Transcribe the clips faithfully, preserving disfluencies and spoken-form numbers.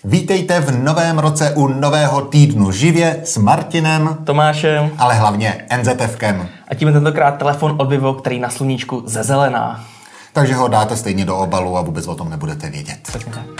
Vítejte v novém roce u nového týdnu živě s Martinem, Tomášem, ale hlavně NZFkem. A tím je tentokrát telefon od Vivo, který na sluníčku zezelená. Takže ho dáte stejně do obalu a vůbec o tom nebudete vědět.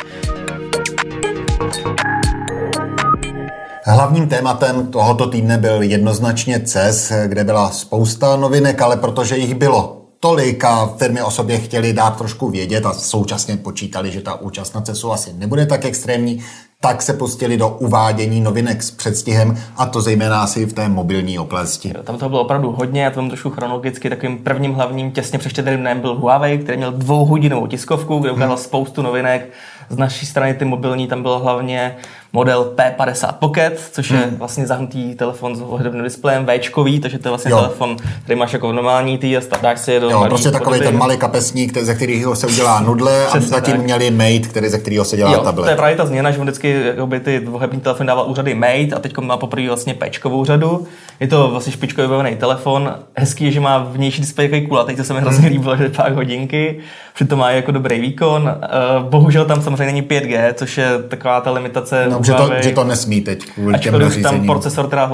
Hlavním tématem tohoto týdne byl jednoznačně C E S, kde byla spousta novinek, ale protože jich bylo tolik a firmy o sobě chtěli dát trošku vědět a současně počítali, že ta účast na C E S u asi nebude tak extrémní, tak se pustili do uvádění novinek s předstihem, a to zejména asi v té mobilní oblasti. Jo, tam toho bylo opravdu hodně, já to mám trošku chronologicky, takovým prvním hlavním těsně před štědrým dnem byl Huawei, který měl dvouhodinovou tiskovku, kde ukázal hmm. spoustu novinek. Z naší strany ty mobilní, tam byl hlavně model P padesát Pocket, což je hmm. vlastně zahnutý telefon s ohledovým displejem, Včkový, takže to je vlastně jo. telefon, který máš jako normální tý a dáš si je do jo, malý prostě takový podoby. ten malý kapesník, ze kterého se udělá nudle a zatím tak. měli Mate, který, ze kterého se dělá jo, tablet. To je právě ta změna, že on vždycky jakoby, ty dvouhební telefony dával úřady Mate a teď má poprvé vlastně Pčkovou řadu. Je to vlastně špičkový vybavený telefon, hezký je, že má vnější displej jaký kulatý, to se mi hrozně líbilo, že je pár hodinky, přitom má jako dobrý výkon. Bohužel tam samozřejmě není pět G, což je taková ta limitace. No, že, to, že to nesmí teď kvůli těm nařízením. Tam procesor teda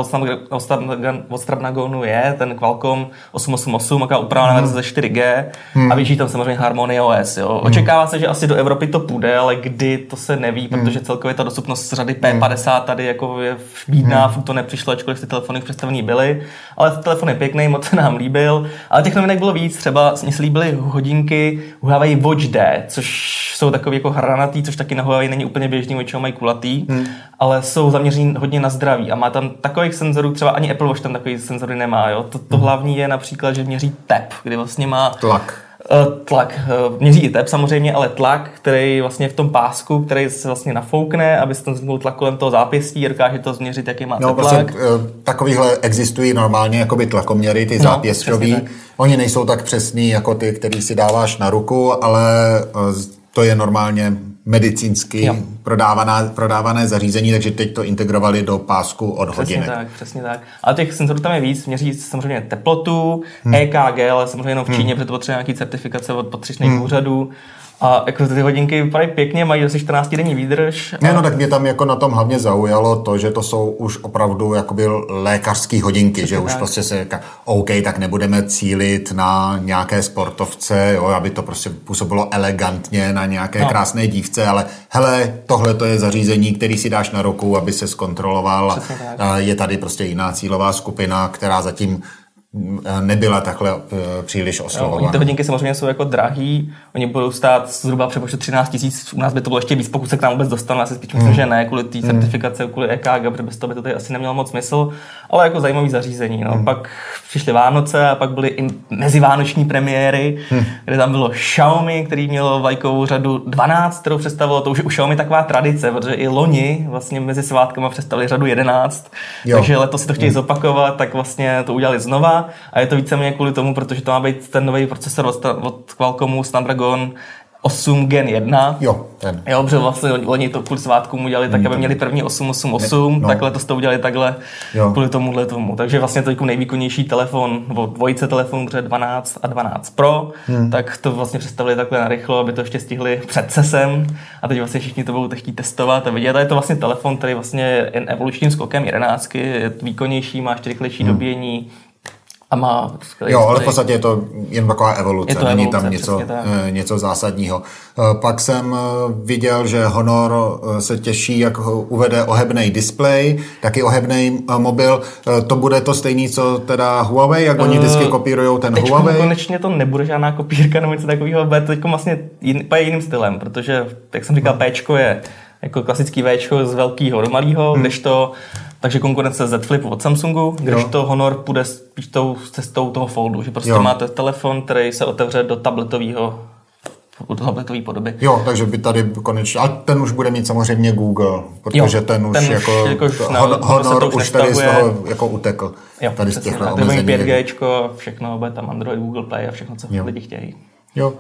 od Snapdragonu je, ten Qualcomm osm osm osm, taková upravená verze ze čtyři G hmm. a běží tam samozřejmě Harmony O S. Jo. Očekává se, že asi do Evropy to půjde, ale kdy to se neví, hmm. protože celkově ta dostupnost řady P padesát tady jako je bídná, hmm. furt to nepřišlo, ačkoliv ty telefony představený byly, ale telefon je pěkný, moc se nám líbil, ale těch novinek bylo víc, třeba mě se líbily hodinky Huawei Watch D, což jsou takový jako hranatý, což taky na Huawei není úplně běžný, většinou mají kulatý, hmm. ale jsou zaměření hodně na zdraví a má tam takových senzorů, třeba ani Apple Watch tam takový senzory nemá, jo. To, to hmm. hlavní je například, že měří tep, kdy vlastně má tlak. Uh, tlak. Uh, měří i tep samozřejmě, ale tlak, který vlastně v tom pásku, který se vlastně nafoukne, aby se tam změnil tlak kolem toho zápěstí, dokáže to změřit, jaký má no, tlak. Prostě, uh, takovýhle existují normálně jakoby tlakoměry, ty no, zápěsťový. Oni nejsou tak přesný jako ty, který si dáváš na ruku, ale uh, to je normálně medicínsky prodávané, prodávané zařízení, takže teď to integrovali do pásku od přesně hodinek. Tak, přesně tak. Ale těch senzorů tam je víc, měří samozřejmě teplotu, hmm. E K G, ale samozřejmě jenom v Číně, hmm. protože to potřebuje nějaký certifikace od patřičných hmm. úřadů. A jako ty hodinky vypadají pěkně, mají asi čtrnáctidenní výdrž. Ne, no tak mě tam jako na tom hlavně zaujalo to, že to jsou už opravdu jakoby lékařský hodinky, přesně že tak. Už prostě se říká, OK, tak nebudeme cílit na nějaké sportovce, jo, aby to prostě působilo elegantně na nějaké no. krásné dívce, ale hele, tohle to je zařízení, který si dáš na ruku, aby se zkontroloval. Je tady prostě jiná cílová skupina, která zatím nebyla takhle příliš oslovovaná. Ty hodinky samozřejmě jsou jako drahý, oni budou stát zhruba přepočtu třináct tisíc, u nás by to bylo ještě víc, pokud se k nám vůbec dostane, já si spíš myslím, mm. že ne, kvůli té mm. certifikace, kvůli E K G, protože bez toho by to tady asi nemělo moc smysl, ale jako zajímavý zařízení. No. Mm. Pak přišly Vánoce a pak byly i mezivánoční premiéry, mm. kde tam bylo Xiaomi, který mělo vlajkovou řadu dvanáct, kterou představilo, to už je u Xiaomi taková tradice, protože i loni vlastně mezi svátkama představili řadu jedenáct, jo. takže letos si to chtějí mm. zopakovat, tak vlastně to udělali znova. A je to víceméně kvůli tomu, protože to má být ten nový procesor od, od Qualcommu Snapdragon osm Gen jedna. Jo, ten. Jo, protože vlastně oni to kvůli svátkům udělali tak, aby měli první osm osm osm, no. tak letos to udělali takhle jo. kvůli tomuhle tomu. Takže vlastně to je nejvýkonnější telefon, nebo dvojice telefonů, protože dvanáct a dvanáct Pro, hmm. tak to vlastně představili takhle narychlo, aby to ještě stihli před CESem a teď vlastně všichni to budou chtít testovat a vidět. A je to vlastně telefon, který vlastně je evolučním skokem jedenáctky, je výkonnější, má ještě rychlejší hmm. dobíjení. A má jo, ale v podstatě je to jen taková evoluce, to není evoluce, tam něco, něco zásadního. Pak jsem viděl, že Honor se těší, jak uvede ohebný displej, taky ohebný mobil. To bude to stejný, co teda Huawei, jak oni vždycky kopírujou ten Teď Huawei? Konečně to nebude žádná kopírka nebo něco takového, bude to vlastně jin, jiným stylem, protože, jak jsem říkal, Pčko je jako klasický Včko z velkýho do malýho, hmm. kdežto takže konkurence Z Flip od Samsungu, když to Honor půjde spíš tou cestou toho foldu, že prostě jo. máte telefon, který se otevře do tabletového do tabletové podoby. Jo, takže by tady konečně, ale ten už bude mít samozřejmě Google, protože jo, ten už ten jako, jako už na, Honor už, už tady z toho jako utekl. Jo, tady z těchto omezení. pět G, všechno, bude tam Android, Google Play a všechno, co jo. lidi chtějí. Jo.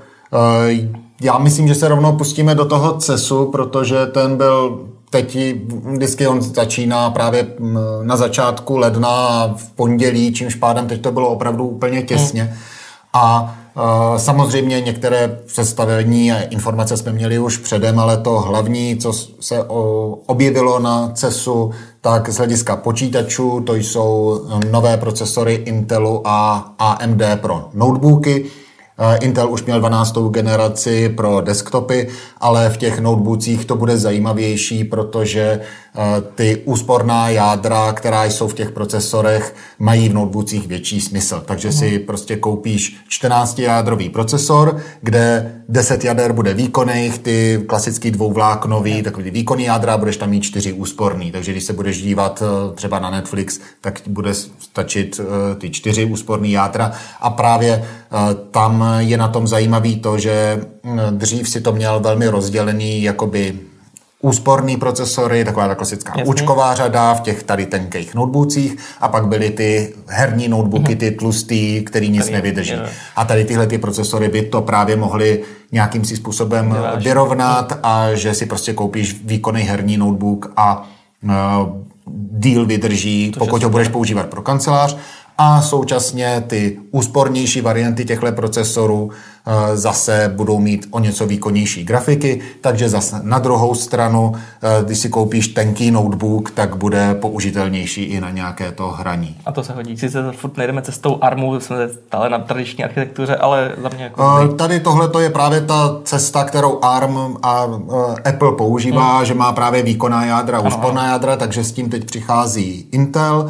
Já myslím, že se rovnou pustíme do toho CESu, protože ten byl teď vždycky on začíná právě na začátku ledna v pondělí, čímž pádem teď to bylo opravdu úplně těsně. Hmm. A Samozřejmě některé představení a informace jsme měli už předem, ale to hlavní, co se objevilo na CESu, tak z hlediska počítačů, to jsou nové procesory Intelu a A M D pro notebooky. Intel už měl dvanáctou generaci pro desktopy, ale v těch notebookích to bude zajímavější, protože ty úsporná jádra, která jsou v těch procesorech, mají v notebookích větší smysl. Takže uh-huh. si prostě koupíš čtrnáctijádrový procesor, kde deset jader bude výkonných, ty klasický dvouvláknový, takový výkonný jádra, budeš tam mít čtyři úsporný. Takže když se budeš dívat třeba na Netflix, tak bude stačit ty čtyři úsporný jádra a právě tam je na tom zajímavý to, že dřív si to měl velmi rozdělený jakoby úsporný procesory, taková ta klasická Jasně. účková řada v těch tady tenkých notebookích a pak byly ty herní notebooky, ty tlustý, který nic tady, nevydrží. Je. A tady tyhle ty procesory by to právě mohly nějakým si způsobem Vyvážit. vyrovnat a že si prostě koupíš výkonný herní notebook a uh, díl vydrží, to pokud ho budeš používat pro kancelář. A současně ty úspornější varianty těchto procesorů e, zase budou mít o něco výkonnější grafiky, takže zase na druhou stranu, e, když si koupíš tenký notebook, tak bude použitelnější i na nějaké to hraní. A to se hodí. Sice furt nejdeme cestou ARMu, jsme stále na tradiční architektuře, ale za mě jako... E, tady tohle je právě ta cesta, kterou ARM a e, Apple používá, hmm. že má právě výkonná jádra, úsporná jádra, takže s tím teď přichází Intel.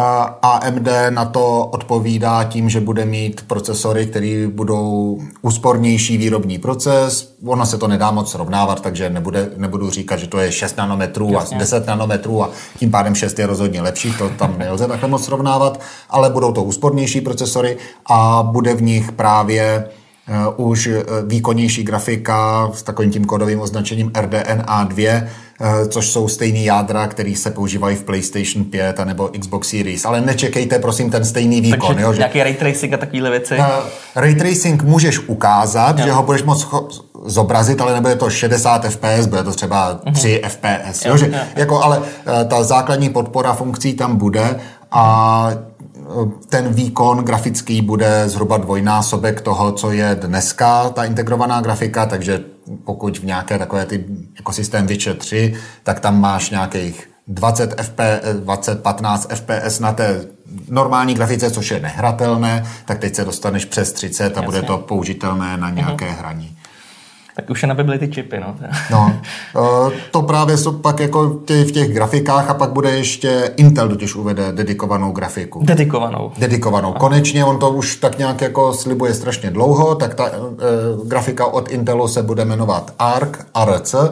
A M D na to odpovídá tím, že bude mít procesory, které budou úspornější výrobní proces. Ono se to nedá moc srovnávat, takže nebude, nebudu říkat, že to je šest nanometrů Jasně. a deset nanometrů a tím pádem šest je rozhodně lepší, to tam nelze takhle moc srovnávat, ale budou to úspornější procesory a bude v nich právě uh, už výkonnější grafika s takovým tím kódovým označením R D N A dva, což jsou stejný jádra, který se používají v PlayStation pět a nebo Xbox Series. Ale nečekejte, prosím, ten stejný výkon. Takže jo, že... nějaký ray tracing a takovýhle věci? Uh, ray tracing můžeš ukázat, jo. že ho budeš moct cho- zobrazit, ale nebude to šedesát F P S, bude to třeba uh-huh. tři F P S. Jo, jo, že, jo. Jako, ale uh, ta základní podpora funkcí tam bude a ten výkon grafický bude zhruba dvojnásobek toho, co je dneska ta integrovaná grafika, takže pokud v nějaké takové ty ekosystém Witcher tři, tak tam máš nějakých dvacet F P S, dvacet patnáct F P S na té normální grafice, což je nehratelné, tak teď se dostaneš přes třicet a Jasně. bude to použitelné na nějaké uh-huh. hraní. Tak už je nabydly ty čipy, no. no. To právě jsou pak jako ty v těch grafikách a pak bude ještě Intel totiž uvede dedikovanou grafiku. Dedikovanou. Dedikovanou. Konečně, on to už tak nějak jako slibuje strašně dlouho, tak ta e, grafika od Intelu se bude jmenovat A R C, A R C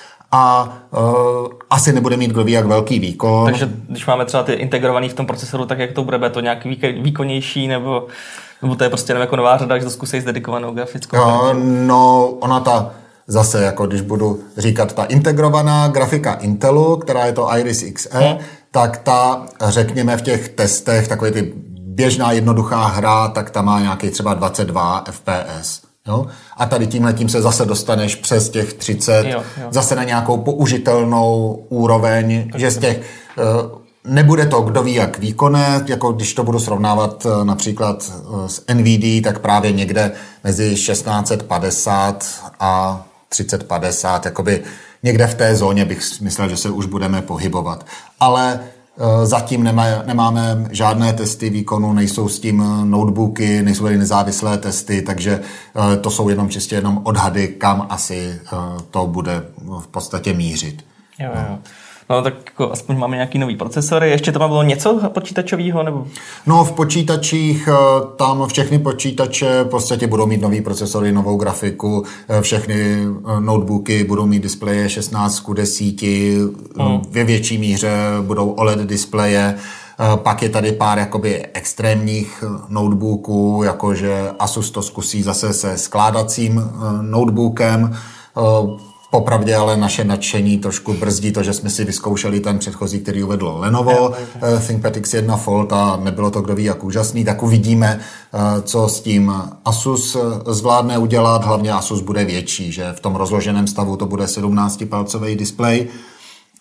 a e, asi nebude mít kdo ví jak velký výkon. Takže když máme třeba ty integrovaný v tom procesoru, tak jak to bude? Bude to nějak výkonnější nebo... Nebo to je prostě jenom jako nová řada, že to zkusí s dedikovanou grafickou? No, no, ona ta zase, jako když budu říkat ta integrovaná grafika Intelu, která je to Iris X E, hmm. tak ta, řekněme v těch testech, takový ty běžná jednoduchá hra, tak ta má nějaký třeba dvacet dva F P S. Jo? A tady tímhletím se zase dostaneš přes těch třicet, jo, jo. zase na nějakou použitelnou úroveň, tak že z těch... Uh, Nebude to kdo ví jak výkonné, jako když to budu srovnávat například s N V D, tak právě někde mezi šestnáct set padesát a třicet padesát, jakoby někde v té zóně bych myslel, že se už budeme pohybovat. Ale zatím nemá, nemáme žádné testy výkonu, nejsou s tím notebooky, nejsou tady nezávislé testy, takže to jsou jenom čistě jenom odhady, kam asi to bude v podstatě mířit. Jo, jo. No tak jako aspoň máme nějaký nový procesory. Ještě to má bylo něco počítačového? Nebo? No v počítačích, tam všechny počítače v podstatě budou mít nový procesory, novou grafiku, všechny notebooky budou mít displeje šestnáct ku deseti, hmm. ve větší míře budou O L E D displeje. Pak je tady pár jakoby extrémních notebooků, jakože Asus to zkusí zase se skládacím notebookem. Popravdě ale naše nadšení trošku brzdí to, že jsme si vyzkoušeli ten předchozí, který uvedlo Lenovo, ThinkPad X jedna Fold a nebylo to kdo ví jak úžasný, tak uvidíme, co s tím Asus zvládne udělat, hlavně Asus bude větší, že v tom rozloženém stavu to bude sedmnáctipalcový displej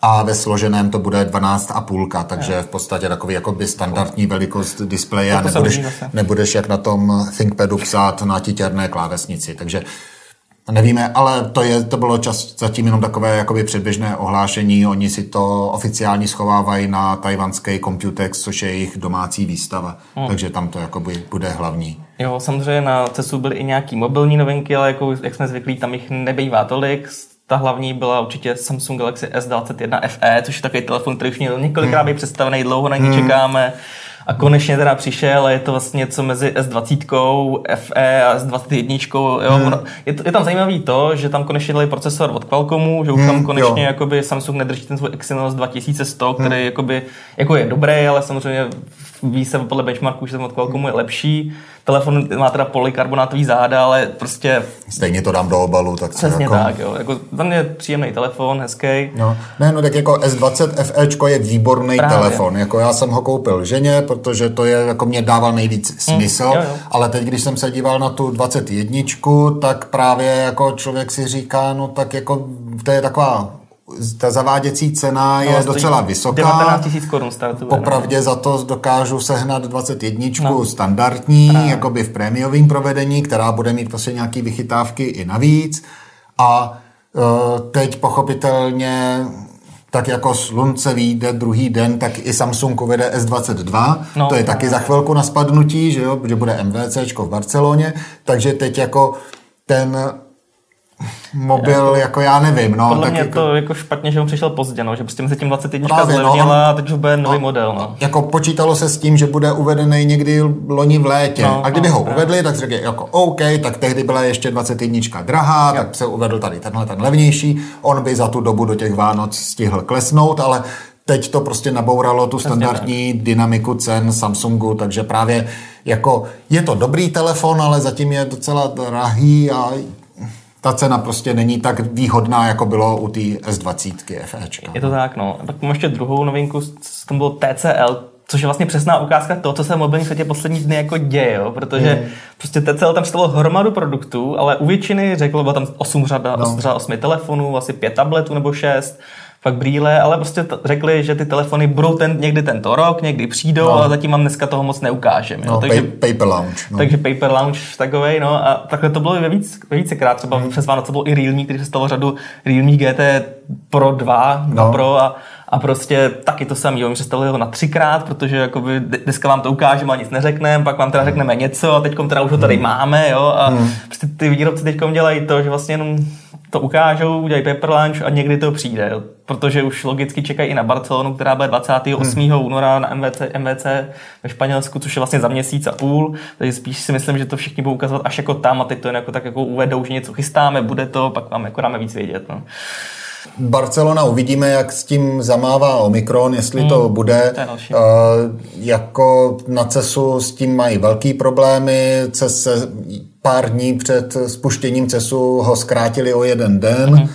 a ve složeném to bude dvanáct a půl, takže v podstatě takový jakoby standardní velikost displeje a nebudeš, nebudeš jak na tom ThinkPadu psát na titěrné klávesnici, takže nevíme, ale to, je, to bylo čas, zatím jenom takové jakoby předběžné ohlášení, oni si to oficiálně schovávají na tajvanské Computex, což je jejich domácí výstava, hmm. takže tam to jakoby bude hlavní. Jo, samozřejmě na CESu byly i nějaký mobilní novinky, ale jako, jak jsme zvyklí, tam jich nebývá tolik. Ta hlavní byla určitě Samsung Galaxy S dvacet jedna F E, což je takový telefon, který už měl několikrát být představený, dlouho na ní hmm. čekáme. A konečně teda přišel a je to vlastně něco mezi S dvacet, F E a S dvacet jedna. Jo. Hmm. Je, to, je tam zajímavý to, že tam konečně dali procesor od Qualcommu, že už hmm, tam konečně jakoby Samsung nedrží ten svůj Exynos dva tisíce sto, hmm. který jakoby, jako je dobrý, ale samozřejmě ví se podle benchmarku, že ten od Qualcommu je lepší. Telefon má teda polykarbonátový záda, ale prostě... Stejně to dám do obalu, tak přesně jako... tak, jo. Jako, tam je příjemný telefon, hezký. No. Ne, no tak jako S dvacet F E je výborný Právě. telefon. Jako já jsem ho koupil ženě, protože to je, jako mě dával nejvíc smysl, mm, jo, jo. ale teď, když jsem se díval na tu dvacet jedna, tak právě jako člověk si říká, no tak jako to je taková ta zaváděcí cena je no, docela vysoká. devatenáct tisíc korun startuje. Popravdě za to dokážu sehnat dvacet jedna no. standardní, Právě. jakoby v prémiovém provedení, která bude mít prostě nějaký vychytávky i navíc. A e, teď pochopitelně tak jako slunce vyjde druhý den, tak i Samsung uvede S dvacet dva. No, to je no. taky za chvilku na spadnutí, že jo, že bude MVCčko v Barceloně. Takže teď jako ten mobil, jako, jako já nevím, no. Podle tak mě jako, to jako špatně, že on přišel pozdě, no, že prostě mezi tím dvacet jedna zlevnila no, a teď už bude nový no, model, no. Jako počítalo se s tím, že bude uvedený někdy loni v létě. No, a kdyby no, ho no. uvedli, tak řekli jako OK, tak tehdy byla ještě dvacet jedna drahá, jo. tak se uvedl tady tenhle ten levnější. On by za tu dobu do těch Vánoc stihl klesnout, ale teď to prostě nabouralo tu standardní dynamiku cen Samsungu, takže právě jako je to dobrý telefon, ale zatím je docela drahý a ta cena prostě není tak výhodná, jako bylo u té S dvacet FEčka. Je to tak, no. Pak mám ještě druhou novinku, to bylo T C L, což je vlastně přesná ukázka toho, co se v mobilním světě poslední dny jako děje, jo? Protože mm. prostě T C L tam stalo hromadu produktů, ale u většiny řekl, bylo tam osm řada, no. řada osmi telefonů, asi pět tabletů nebo šest, pak brýle, ale prostě t- řekli, že ty telefony budou ten, někdy tento rok, někdy přijdou, no. ale zatím vám dneska toho moc neukážem. Jo? No, takže, pay, paper launch. No. Takže paper launch takovej, no a takhle to bylo ve, víc, ve vícekrát, třeba hmm. přes Vánoce bylo i Realme, který se stalo řadu Realme G T Pro dva, dva no. Pro a, a prostě taky to samý, oni představili ho na třikrát, protože jakoby dneska vám to ukážeme a nic neřekneme, pak vám teda hmm. řekneme něco a teďkom teda už ho tady hmm. máme, jo, a hmm. prostě ty výrobci teďkom dělají to, že vlastně jenom to ukážou, udělají paper launch a někdy to přijde, jo. Protože už logicky čekají i na Barcelonu, která bude dvacátého osmého Hmm. února na M V C, M V C ve Španělsku, což je vlastně za měsíc a půl, takže spíš si myslím, že to všichni budou ukazovat až jako tam a teď to jen jako tak jako uvedou, že něco chystáme, bude to, pak vám jako dáme víc vědět. No. Barcelona, uvidíme, jak s tím zamává Omikron, jestli hmm, to bude. To uh, jako na CESu s tím mají velký problémy. CES se pár dní před spuštěním CESu ho zkrátili o jeden den, hmm. uh,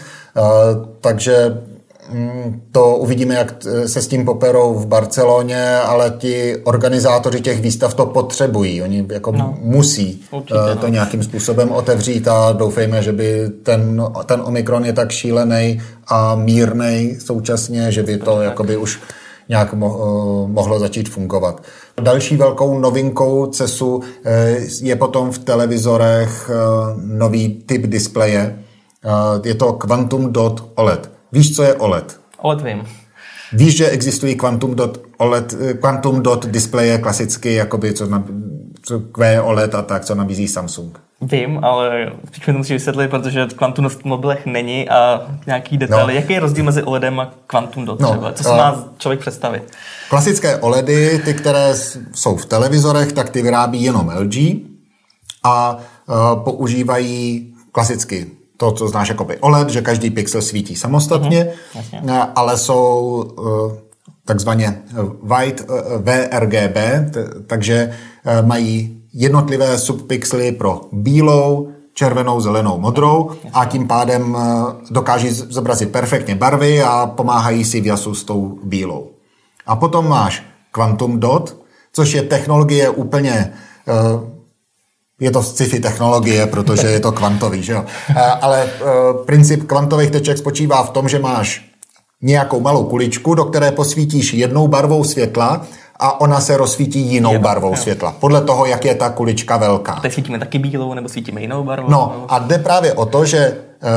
takže to uvidíme, jak se s tím poperou v Barceloně, ale ti organizátoři těch výstav to potřebují. Oni jako no, musí určitě, to no. nějakým způsobem otevřít a doufejme, že by ten, ten Omikron je tak šílený a mírnej současně, že by to jakoby už nějak mo- mohlo začít fungovat. Další velkou novinkou CESu je potom v televizorech nový typ displeje. Je to Quantum Dot O L E D. Víš, co je O L E D? O L E D vím. Víš, že existují Quantum Dot O L E D, Quantum Dot displeje klasicky, jakoby co, na, co Q O L E D a tak, co nabízí Samsung? Vím, ale spíš mi to musíš vysvětlit, protože Quantum Dot v mobilech není a nějaký detaily. No. Jaký je rozdíl mezi OLEDem a Quantum Dot třeba? No, co si má člověk představit? Klasické OLEDy, ty, které jsou v televizorech, tak ty vyrábí jenom L G a uh, používají klasicky to, co znáš jako O L E D, že každý pixel svítí samostatně, uh-huh. ale jsou uh, takzvaně white uh, V R G B, t- takže uh, mají jednotlivé subpixely pro bílou, červenou, zelenou, modrou a tím pádem uh, dokáží zobrazit perfektně barvy a pomáhají si v jasu s tou bílou. A potom máš Quantum Dot, což je technologie úplně uh, je to sci-fi technologie, protože je to kvantový, že jo. Ale uh, princip kvantových teček spočívá v tom, že máš nějakou malou kuličku, do které posvítíš jednou barvou světla a ona se rozsvítí jinou jo, barvou jo. světla. Podle toho, jak je ta kulička velká. A teď svítíme taky bílou, nebo svítíme jinou barvou? No a jde právě o to, že e,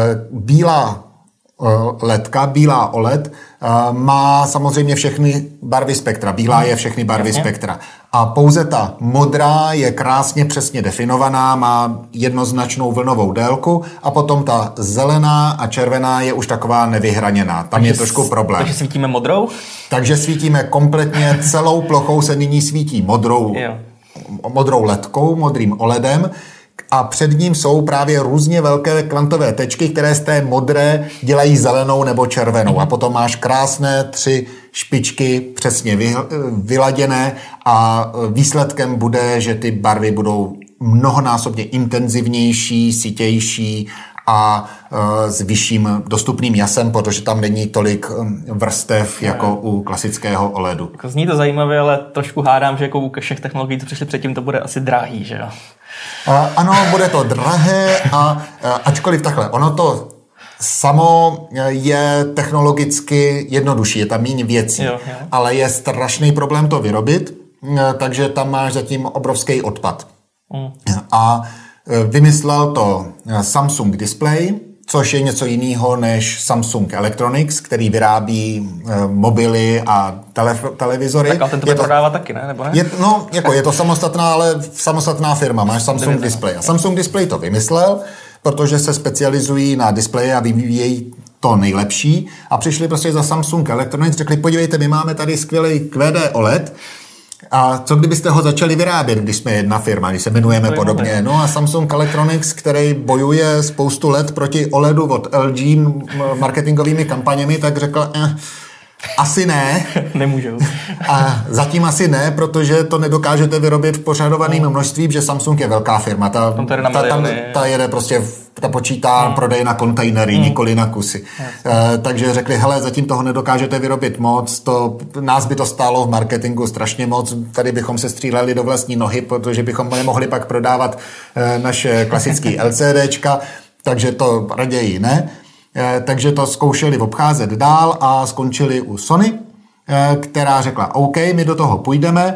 bílá e, ledka, bílá O L E D, e, má samozřejmě všechny barvy spektra. Bílá hmm. je všechny barvy Jasně. spektra. A pouze ta modrá je krásně přesně definovaná, má jednoznačnou vlnovou délku a potom ta zelená a červená je už taková nevyhraněná. Tam takže je trošku problém. Takže svítíme modrou? Takže svítíme kompletně celou plochou, se nyní svítí modrou, modrou ledkou, modrým O L E Dem a před ním jsou právě různě velké kvantové tečky, které z té modré dělají zelenou nebo červenou. A potom máš krásné tři špičky přesně vyladěné a výsledkem bude, že ty barvy budou mnohonásobně intenzivnější, sítější a s vyšším dostupným jasem, protože tam není tolik vrstev jako u klasického O L E D u. Zní to zajímavě, ale trošku hádám, že jako u všech technologií, co přišli předtím, to bude asi drahý, že jo? A, ano, bude to drahé a, a ačkoliv takhle, ono to samo je technologicky jednodušší, je tam méně věcí, jo, jo. ale je strašný problém to vyrobit, takže tam máš zatím obrovský odpad. Mm. A vymyslel to Samsung Display, což je něco jiného než Samsung Electronics, který vyrábí mobily a tele, televizory. Tak ale ten to bude prodávat taky, ne? Nebo ne? Je, no, jako je to samostatná, ale samostatná firma. Máš Samsung Display. A Samsung Display to vymyslel, protože se specializují na displeje a vyvíjejí to nejlepší. A přišli prostě za Samsung Electronics, řekli, podívejte, my máme tady skvělý Q D O L E D, a co kdybyste ho začali vyrábět, když jsme jedna firma, když se jmenujeme to podobně. No a Samsung Electronics, který bojuje spoustu let proti O L E D u od L G marketingovými kampaněmi, tak řekl, eh, asi ne. Nemůžou. A zatím asi ne, protože to nedokážete vyrobit v požadovaném množství, že Samsung je velká firma. Ta, ta, ta, ta jede prostě, ta počítá no. prodej na kontejnery, mm. nikoli na kusy. E, takže řekli, hele, zatím toho nedokážete vyrobit moc, to, nás by to stálo v marketingu strašně moc, tady bychom se stříleli do vlastní nohy, protože bychom nemohli pak prodávat e, naše klasické LCDčka, takže to raději ne. Takže to zkoušeli obcházet dál a skončili u Sony, která řekla, OK, my do toho půjdeme,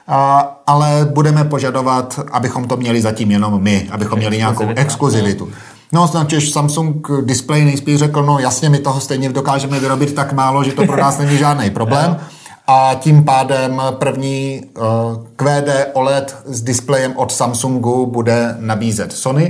ale budeme požadovat, abychom to měli zatím jenom my, abychom měli nějakou exkluzivitu. No, značeš Samsung Display nejspíš řekl, no jasně, my toho stejně dokážeme vyrobit tak málo, že to pro nás není žádný problém. A tím pádem první Q D O L E D s displejem od Samsungu bude nabízet Sony.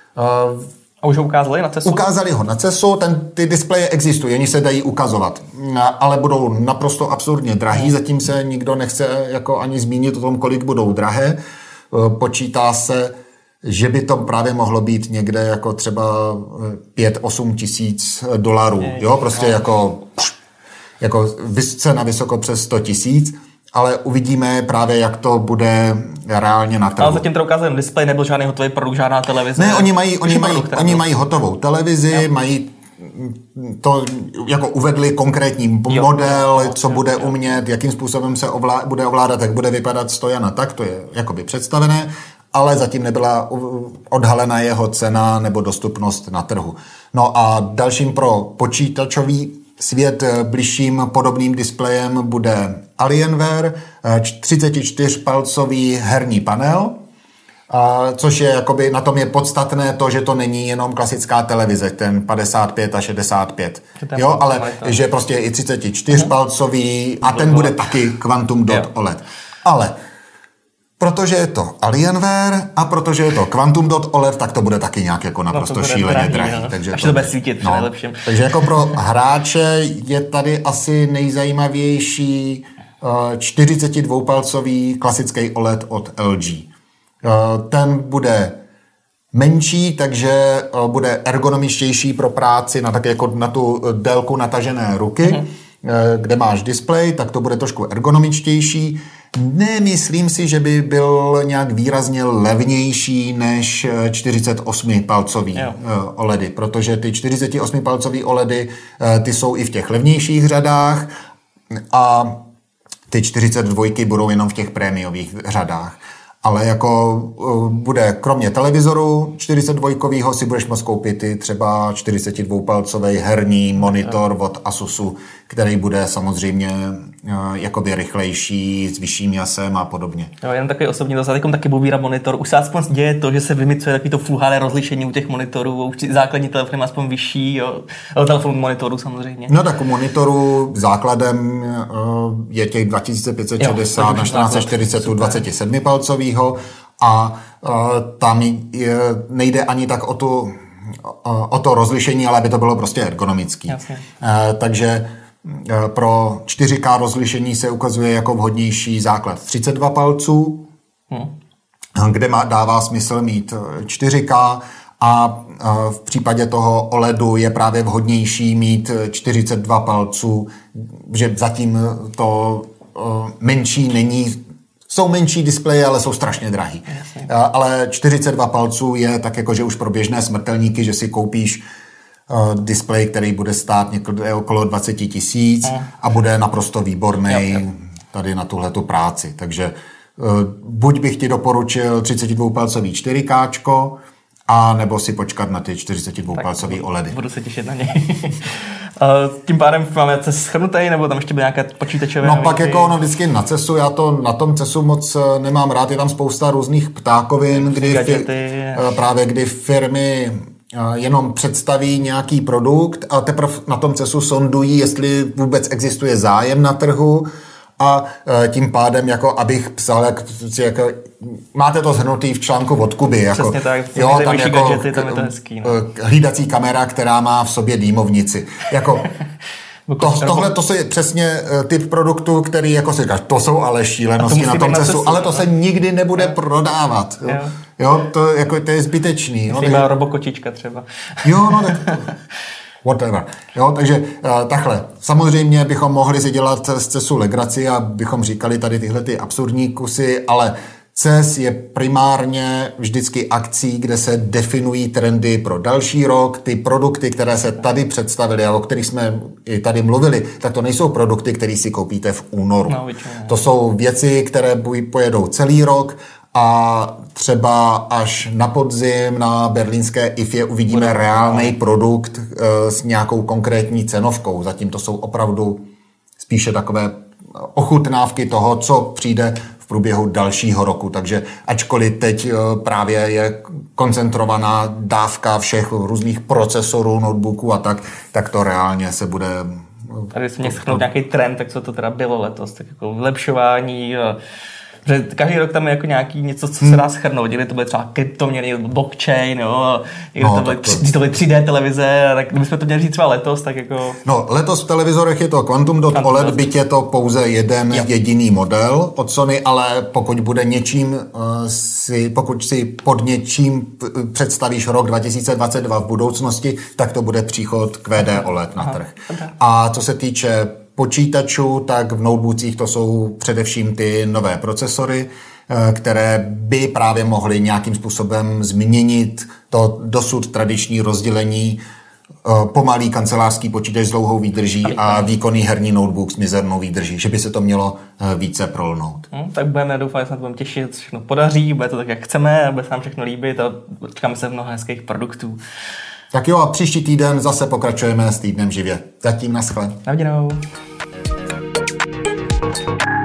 A už ho ukázali na C E S u? Ukázali ho na C E S u, ten, ty displeje existují, oni se dají ukazovat, ale budou naprosto absurdně drahý, zatím se nikdo nechce jako ani zmínit o tom, kolik budou drahé. Počítá se, že by to právě mohlo být někde jako třeba pět osm tisíc dolarů, jo, prostě jako, jako cena vysoko přes sto tisíc. Ale uvidíme právě, jak to bude reálně na trhu. Ale zatím to ukázal displej, nebyl žádný hotový produkt, žádná televize. Ne, oni mají, oni mají, produkt, oni mají hotovou televizi, jo. mají to, jako uvedli konkrétní jo, model, jo, co jo, bude jo. umět, jakým způsobem se ovlá, bude ovládat, jak bude vypadat stojana, tak to je jakoby představené, ale zatím nebyla odhalena jeho cena nebo dostupnost na trhu. No a dalším pro počítačový svět bližším podobným displejem bude Alienware, třicetičtyřpalcový herní panel, což je jakoby, na tom je podstatné to, že to není jenom klasická televize, ten padesát pět a šedesát pět, jo, ale že prostě je i třicetičtyřpalcový a ten bude taky Quantum Dot O L E D. Ale protože je to Alienware a protože je to Quantum Dot O L E D, tak to bude taky nějak jako naprosto no šíleně drahý. drahý no. Takže Až to, to bude svítit no, nejlepším. Takže jako pro hráče je tady asi nejzajímavější čtyřicetidvoupalcový klasický O L E D od L G. Ten bude menší, takže bude ergonomičtější pro práci na, tak jako na tu délku natažené ruky, mm-hmm. kde máš displej, tak to bude trošku ergonomičtější. Nemyslím si, že by byl nějak výrazně levnější než čtyřicetiosmipalcový O L E D, protože ty čtyřicetiosmipalcový O L E D ty jsou i v těch levnějších řadách a ty čtyřicet dva budou jenom v těch prémiových řadách. ale jako bude kromě televizoru čtyřicet dva si budeš moct koupit i třeba čtyřicet dva palcový herní monitor od Asusu, který bude samozřejmě jakoby rychlejší, s vyšším jasem a podobně. Jo, jenom takový osobní dosah, taky taky bubíra monitor. Už se aspoň děje to, že se vymycuje takový to Full H D rozlišení u těch monitorů, už základní telefon má aspoň vyšší, jo. Telefon monitoru samozřejmě. No tak u monitoru základem je těch dva tisíce pět set šedesát jo, na čtrnáct set čtyřicet dvacet sedm palcovýho a tam je, nejde ani tak o, tu, o to rozlišení, ale aby to bylo prostě ergonomický. Jasně. Takže pro čtyři ká rozlišení se ukazuje jako vhodnější základ třicet dva palců, hmm. kde má, dává smysl mít čtyři ká a v případě toho O L E Du je právě vhodnější mít čtyřicet dva palců, že zatím to menší není, jsou menší displeje, ale jsou strašně drahý. Jasně. Ale čtyřicet dva palců je tak jako, že už pro běžné smrtelníky, že si koupíš displej, který bude stát někde okolo dvacet tisíc mm. a bude naprosto výborný tady na tuhletu práci. Takže buď bych ti doporučil třicet dva palcový čtyři ká, a nebo si počkat na ty čtyřicet dva palcový O L E Dy. Budu se těšit na něj. Tím pádem máme C E S shrnutý, nebo tam ještě byly nějaké počítačové? No pak jako ono vždycky na C E Su, já to na tom C E Su moc nemám rád, je tam spousta různých ptákovin, kdy fi, právě kdy firmy jenom představí nějaký produkt a teprve na tom C E Su sondují, jestli vůbec existuje zájem na trhu a tím pádem, jako abych psal, jak, jako, máte to shrnutý v článku od Kuby. Jako, přesně tak, jo, tam jako, gadgety, tam je to hezký. No. Hlídací kamera, která má v sobě dýmovnici. Jako, to, tohle to je přesně typ produktu, který jako si říkáš, to jsou ale šílenosti na tom C E Su, ale to se nikdy nebude jo. prodávat. Jo. Jo. Jo, to, jako, to je zbytečný. Myslím, má robokočička třeba. Jo, no tak whatever. Jo, takže uh, takhle. Samozřejmě bychom mohli si dělat z C E Su legraci a bychom říkali tady tyhle ty absurdní kusy, ale C E S je primárně vždycky akcí, kde se definují trendy pro další rok. Ty produkty, které se tady představily a o kterých jsme i tady mluvili, tak to nejsou produkty, které si koupíte v únoru. No, to jsou věci, které pojedou celý rok a třeba až na podzim na berlínské I F E uvidíme Bude. reálný produkt e, s nějakou konkrétní cenovkou. Zatím to jsou opravdu spíše takové ochutnávky toho, co přijde v průběhu dalšího roku. Takže ačkoliv teď e, právě je koncentrovaná dávka všech různých procesorů, notebooků a tak, tak to reálně se bude... A když se mě schrnout nějaký trend, tak co to teda bylo letos? Tak jako vylepšování... Protože každý rok tam je jako nějaký něco, co se dá shrnout. Někdy to bude třeba kryptoměny, blockchain, jo. Někdy no, to, byly, to... to byly tři dé televize, tak kdybychom to měli říct třeba letos, tak jako... No, letos v televizorech je to Quantum dot O L E D, byť je to pouze jeden jo. jediný model od Sony, ale pokud bude něčím uh, si, pokud si pod něčím představíš rok dva tisíce dvacet dva v budoucnosti, tak to bude příchod Q D O L E D na trh. Aha. A co se týče počítačů, tak v notebookích to jsou především ty nové procesory, které by právě mohly nějakým způsobem změnit to dosud tradiční rozdělení pomalý kancelářský počítač s dlouhou výdrží a výkonný herní notebook s mizernou výdrží, že by se to mělo více prolnout. Hmm, tak budeme doufat, že se na to budeme těšit, všechno podaří, bude to tak, jak chceme, bude se nám všechno líbit a čekáme se mnoho hezkých produktů. Tak jo, a příští týden zase pokračujeme s Týdnem živě. Zatím naschle. Na viděnou.